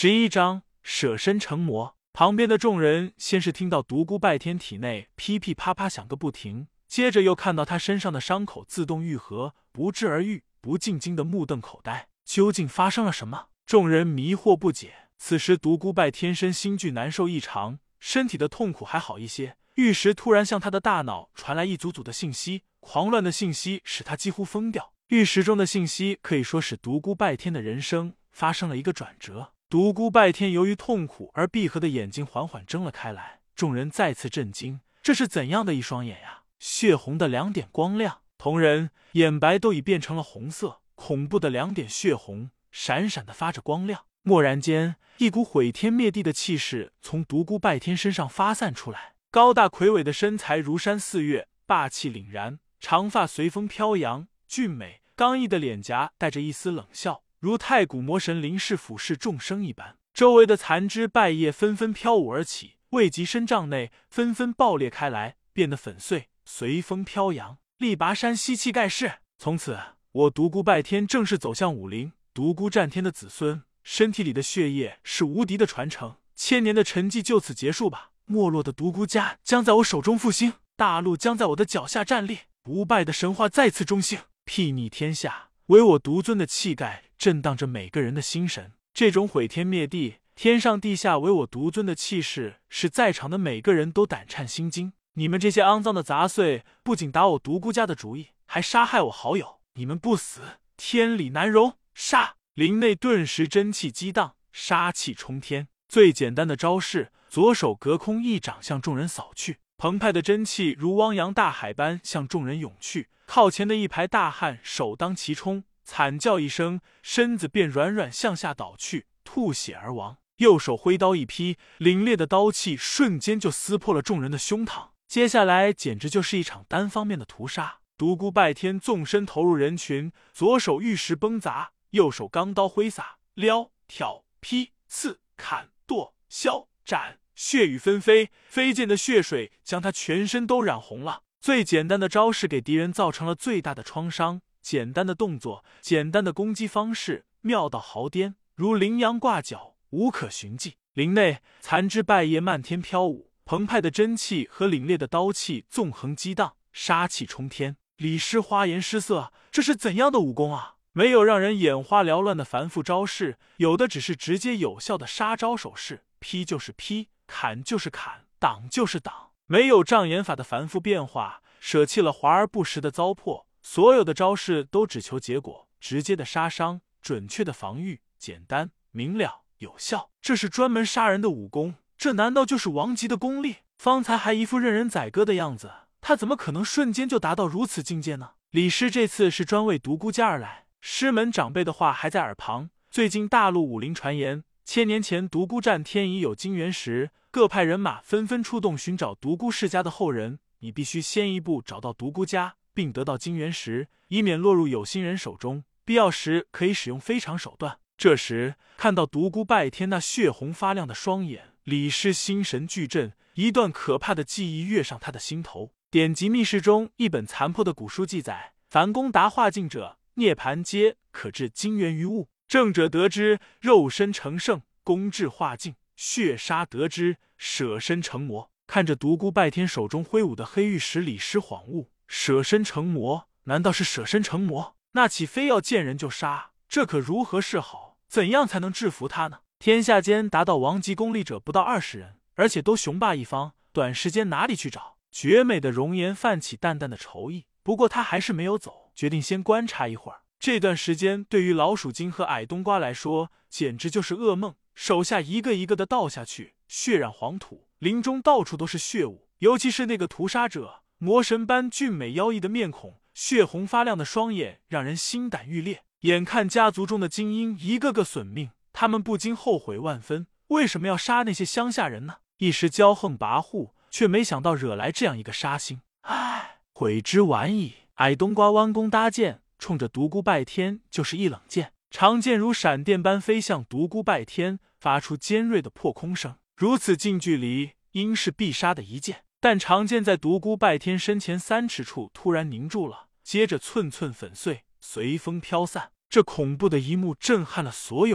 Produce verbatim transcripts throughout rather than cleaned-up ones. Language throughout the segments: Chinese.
十一章舍身成魔。旁边的众人先是听到独孤拜天体内噼噼啪啪响个不停，接着又看到他身上的伤口自动愈合，不治而愈，不禁惊得目瞪口呆。究竟发生了什么？众人迷惑不解。此时独孤拜天身心俱难受异常，身体的痛苦还好一些，玉石突然向他的大脑传来一组组的信息，狂乱的信息使他几乎疯掉。玉石中的信息可以说使独孤拜天的人生发生了一个转折。独孤拜天由于痛苦而闭合的眼睛缓缓睁了开来，众人再次震惊，这是怎样的一双眼呀？血红的两点光亮，同人眼白都已变成了红色，恐怖的两点血红，闪闪的发着光亮。蓦然间，一股毁天灭地的气势从独孤拜天身上发散出来，高大魁伟的身材如山似月，霸气凛然，长发随风飘扬，俊美刚毅的脸颊带着一丝冷笑，如太古魔神临世俯视众生一般。周围的残枝败叶纷纷飘舞而起，未及身丈内，纷纷爆裂开来，变得粉碎，随风飘扬。力拔山兮气盖世。从此，我独孤拜天正式走向武林，独孤战天的子孙，身体里的血液是无敌的传承，千年的沉寂就此结束吧。没落的独孤家将在我手中复兴，大陆将在我的脚下站立，不败的神话再次中兴，睥睨天下，唯我独尊的气概震荡着每个人的心神。这种毁天灭地，天上地下唯我独尊的气势，使在场的每个人都胆颤心惊。你们这些肮脏的杂碎，不仅打我独孤家的主意，还杀害我好友，你们不死，天理难容！杀！林内顿时真气激荡，杀气冲天。最简单的招式，左手隔空一掌向众人扫去，澎湃的真气如汪洋大海般向众人涌去。靠前的一排大汉首当其冲，惨叫一声，身子便软软向下倒去，吐血而亡。右手挥刀一劈，凛冽的刀气瞬间就撕破了众人的胸膛。接下来简直就是一场单方面的屠杀。独孤拜天纵身投入人群，左手玉石崩砸，右手钢刀挥洒，撩、挑、劈、刺、砍、剁、削、斩，血雨纷飞，飞溅的血水将他全身都染红了。最简单的招式给敌人造成了最大的创伤，简单的动作，简单的攻击方式，妙到毫巅，如羚羊挂角，无可寻迹。林内残枝败叶漫天飘舞，澎湃的真气和凛冽的刀气纵横激荡，杀气冲天。李师花颜失色，这是怎样的武功啊？没有让人眼花缭乱的繁复招式，有的只是直接有效的杀招手势，劈就是劈，砍就是砍，挡就是挡，没有障眼法的繁复变化，舍弃了华而不实的糟粕，所有的招式都只求结果，直接的杀伤，准确的防御，简单明了有效。这是专门杀人的武功，这难道就是王级的功力？方才还一副任人宰割的样子，他怎么可能瞬间就达到如此境界呢？李师这次是专为独孤家而来，师门长辈的话还在耳旁。最近大陆武林传言，千年前独孤战天已有金元石，各派人马纷纷出动寻找独孤世家的后人。你必须先一步找到独孤家，并得到金元石，以免落入有心人手中，必要时可以使用非常手段。这时看到独孤拜天那血红发亮的双眼，李师心神俱震，一段可怕的记忆跃上他的心头。典籍密室中一本残破的古书记载，凡攻达化境者，涅盘皆可治金元于物。正者得之，肉身成圣；攻至化境，血杀得之，舍身成魔。看着独孤拜天手中挥舞的黑玉石，李师恍悟：舍身成魔？难道是舍身成魔？那岂非要见人就杀？这可如何是好？怎样才能制服他呢？天下间达到王级功力者不到二十人，而且都雄霸一方，短时间哪里去找？绝美的容颜泛起淡淡的愁意，不过他还是没有走，决定先观察一会儿。这段时间对于老鼠精和矮冬瓜来说，简直就是噩梦。手下一个一个的倒下去，血染黄土，林中到处都是血雾。尤其是那个屠杀者，魔神般俊美妖异的面孔，血红发亮的双眼，让人心胆欲裂。眼看家族中的精英一个个损命，他们不禁后悔万分，为什么要杀那些乡下人呢？一时骄横跋扈，却没想到惹来这样一个杀星。唉，悔之晚矣。矮冬瓜弯弓搭箭，冲着独孤拜天就是一冷箭，长剑如闪电般飞向独孤拜天，发出尖锐的破空声。如此近距离，应是必杀的一剑，但长剑在独孤拜天身前三尺处突然凝住了，接着寸寸粉碎，随风飘散。这恐怖的一幕震撼了所有人。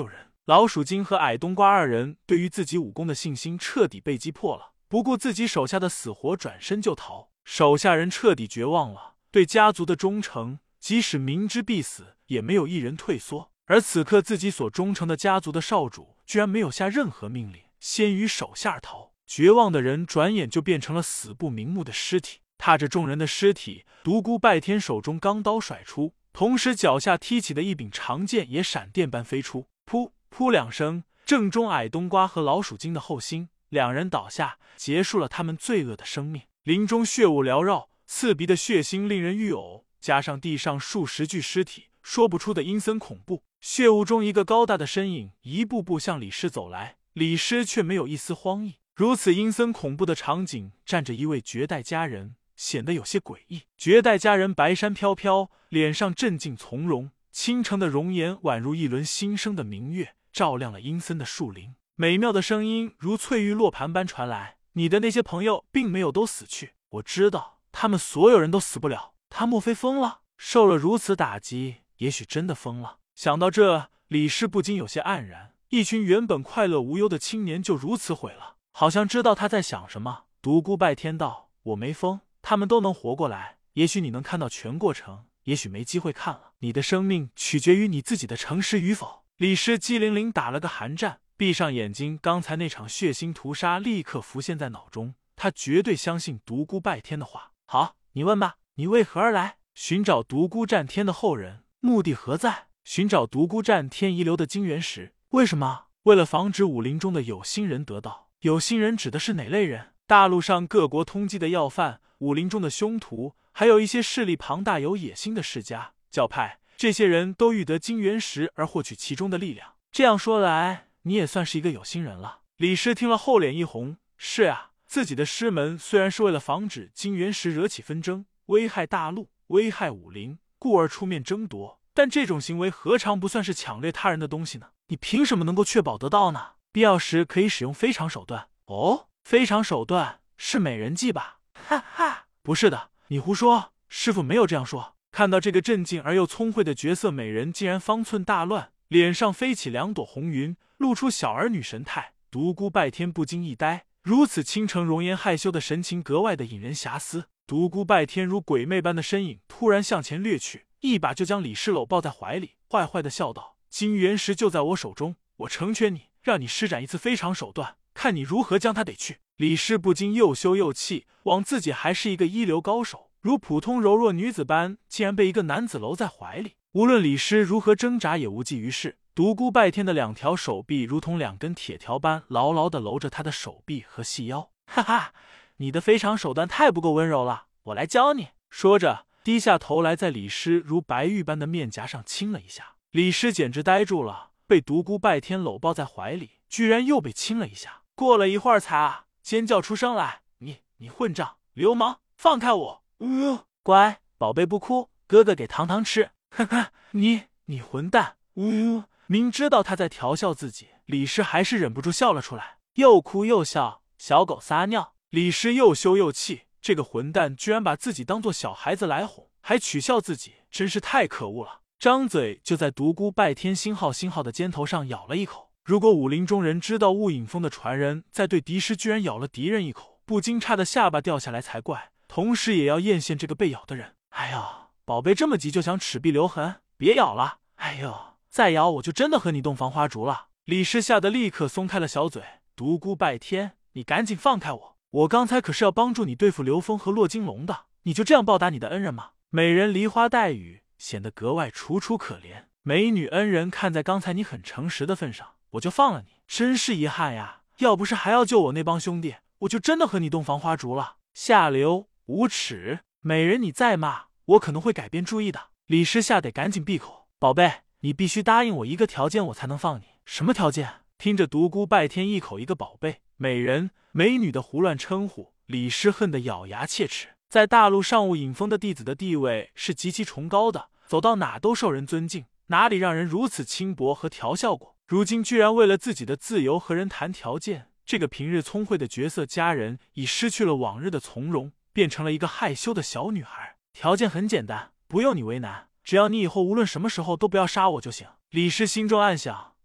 老鼠精和矮冬瓜二人对于自己武功的信心彻底被击破了，不顾自己手下的死活，转身就逃。手下人彻底绝望了，对家族的忠诚，即使明知必死，也没有一人退缩。而此刻自己所忠诚的家族的少主，居然没有下任何命令，先于手下而逃。绝望的人转眼就变成了死不瞑目的尸体。踏着众人的尸体，独孤拜天手中钢刀甩出，同时脚下踢起的一柄长剑也闪电般飞出，噗噗两声，正中矮冬瓜和老鼠精的后心，两人倒下，结束了他们罪恶的生命。林中血雾缭绕，刺鼻的血腥令人欲呕，加上地上数十具尸体，说不出的阴森恐怖。血雾中，一个高大的身影一步步向李师走来，李师却没有一丝慌意。如此阴森恐怖的场景，站着一位绝代佳人，显得有些诡异。绝代佳人白衫飘飘，脸上镇静从容，倾城的容颜宛如一轮新生的明月，照亮了阴森的树林。美妙的声音如翠玉落盘般传来：你的那些朋友并没有都死去，我知道他们所有人都死不了。他莫非疯了？受了如此打击，也许真的疯了。想到这，李师不禁有些黯然。一群原本快乐无忧的青年就如此毁了，好像知道他在想什么。独孤拜天道：我没疯，他们都能活过来，也许你能看到全过程，也许没机会看了。你的生命取决于你自己的诚实与否。李师机灵灵打了个寒战，闭上眼睛，刚才那场血腥屠杀立刻浮现在脑中，他绝对相信独孤拜天的话。好，你问吧，你为何而来？寻找独孤战天的后人，目的何在？寻找独孤战天遗留的金元石。为什么？为了防止武林中的有心人得到。有心人指的是哪类人？大陆上各国通缉的要犯，武林中的凶徒，还有一些势力庞大有野心的世家、教派，这些人都欲得金元石而获取其中的力量。这样说来，你也算是一个有心人了。李师听了后脸一红，是啊，自己的师门虽然是为了防止金元石惹起纷争，危害大陆，危害武林，故而出面争夺，但这种行为何尝不算是抢掠他人的东西呢？你凭什么能够确保得到呢？必要时可以使用非常手段。哦，非常手段是美人计吧？哈哈，不是的，你胡说，师傅没有这样说。看到这个镇静而又聪慧的绝色美人竟然方寸大乱，脸上飞起两朵红云，露出小儿女神态，独孤拜天不禁一呆，如此倾城容颜害羞的神情格外的引人遐思。独孤拜天如鬼魅般的身影突然向前掠去，一把就将李师搂抱在怀里，坏坏的笑道：金元石就在我手中，我成全你，让你施展一次非常手段，看你如何将他逮去。李师不禁又羞又气，枉自己还是一个一流高手，如普通柔弱女子般，竟然被一个男子搂在怀里。无论李师如何挣扎也无济于事，独孤拜天的两条手臂如同两根铁条般牢牢地搂着他的手臂和细腰。哈哈，你的非常手段太不够温柔了，我来教你。说着低下头来，在李师如白玉般的面颊上亲了一下。李师简直呆住了，被独孤拜天搂抱在怀里，居然又被亲了一下。过了一会儿才啊尖叫出声来：你你混账流氓，放开我！呃，乖宝贝不哭，哥哥给糖糖吃。哈哈，你你混蛋！呃，明知道他在调笑自己，李师还是忍不住笑了出来，又哭又笑，小狗撒尿。李师又羞又气，这个混蛋居然把自己当作小孩子来哄，还取笑自己，真是太可恶了。张嘴就在独孤拜天星号星号的肩头上咬了一口。如果武林中人知道雾隐峰的传人在对敌师居然咬了敌人一口，不禁差的下巴掉下来才怪，同时也要艳羡这个被咬的人。哎呦，宝贝这么急就想齿壁留痕，别咬了！哎呦，再咬我就真的和你洞房花烛了。李师吓得立刻松开了小嘴。独孤拜天，你赶紧放开我！我刚才可是要帮助你对付刘峰和骆金龙的，你就这样报答你的恩人吗？美人梨花带雨，显得格外楚楚可怜。美女恩人，看在刚才你很诚实的份上，我就放了你。真是遗憾呀，要不是还要救我那帮兄弟，我就真的和你洞房花烛了。下流无耻！美人你再骂，我可能会改变主意的。李师吓得赶紧闭口。宝贝，你必须答应我一个条件，我才能放你。什么条件？听着独孤拜天一口一个宝贝、美人、美女的胡乱称呼，李师恨得咬牙切齿。在大陆上雾隐峰的弟子的地位是极其崇高的，走到哪都受人尊敬，哪里让人如此轻薄和调笑过？如今居然为了自己的自由和人谈条件，这个平日聪慧的绝色佳人已失去了往日的从容，变成了一个害羞的小女孩。条件很简单，不用你为难，只要你以后无论什么时候都不要杀我就行。李师心中暗想，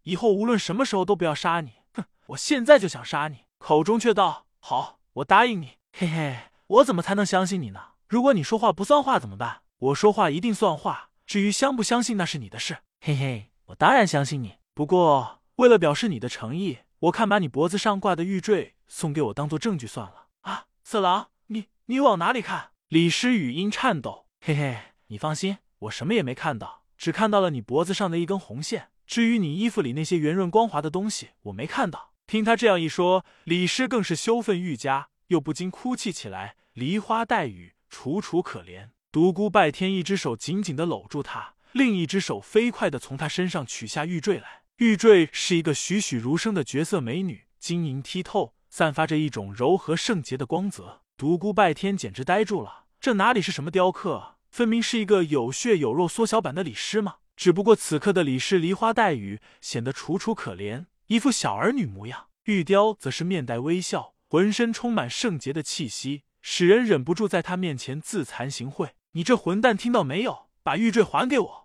以后无论什么时候都不要杀你。哼，我现在就想杀你。口中却道：好，我答应你。嘿嘿，我怎么才能相信你呢？如果你说话不算话怎么办？我说话一定算话，至于相不相信那是你的事。嘿嘿，我当然相信你，不过为了表示你的诚意，我看把你脖子上挂的玉坠送给我当做证据算了。啊，色狼，你你往哪里看？李师语音颤抖。嘿嘿，你放心，我什么也没看到，只看到了你脖子上的一根红线。至于你衣服里那些圆润光滑的东西，我没看到。听他这样一说，李师更是羞愤愈加，又不禁哭泣起来。梨花带雨，楚楚可怜。独孤拜天一只手紧紧地搂住他，另一只手飞快地从他身上取下玉坠来。玉坠是一个栩栩如生的绝色美女，晶莹剔透，散发着一种柔和圣洁的光泽。独孤拜天简直呆住了，这哪里是什么雕刻，分明是一个有血有肉缩小版的李师嘛。只不过此刻的李师梨花带雨，显得楚楚可怜，一副小儿女模样。玉雕则是面带微笑，浑身充满圣洁的气息，使人忍不住在他面前自惭形秽。你这混蛋，听到没有？把玉坠还给我！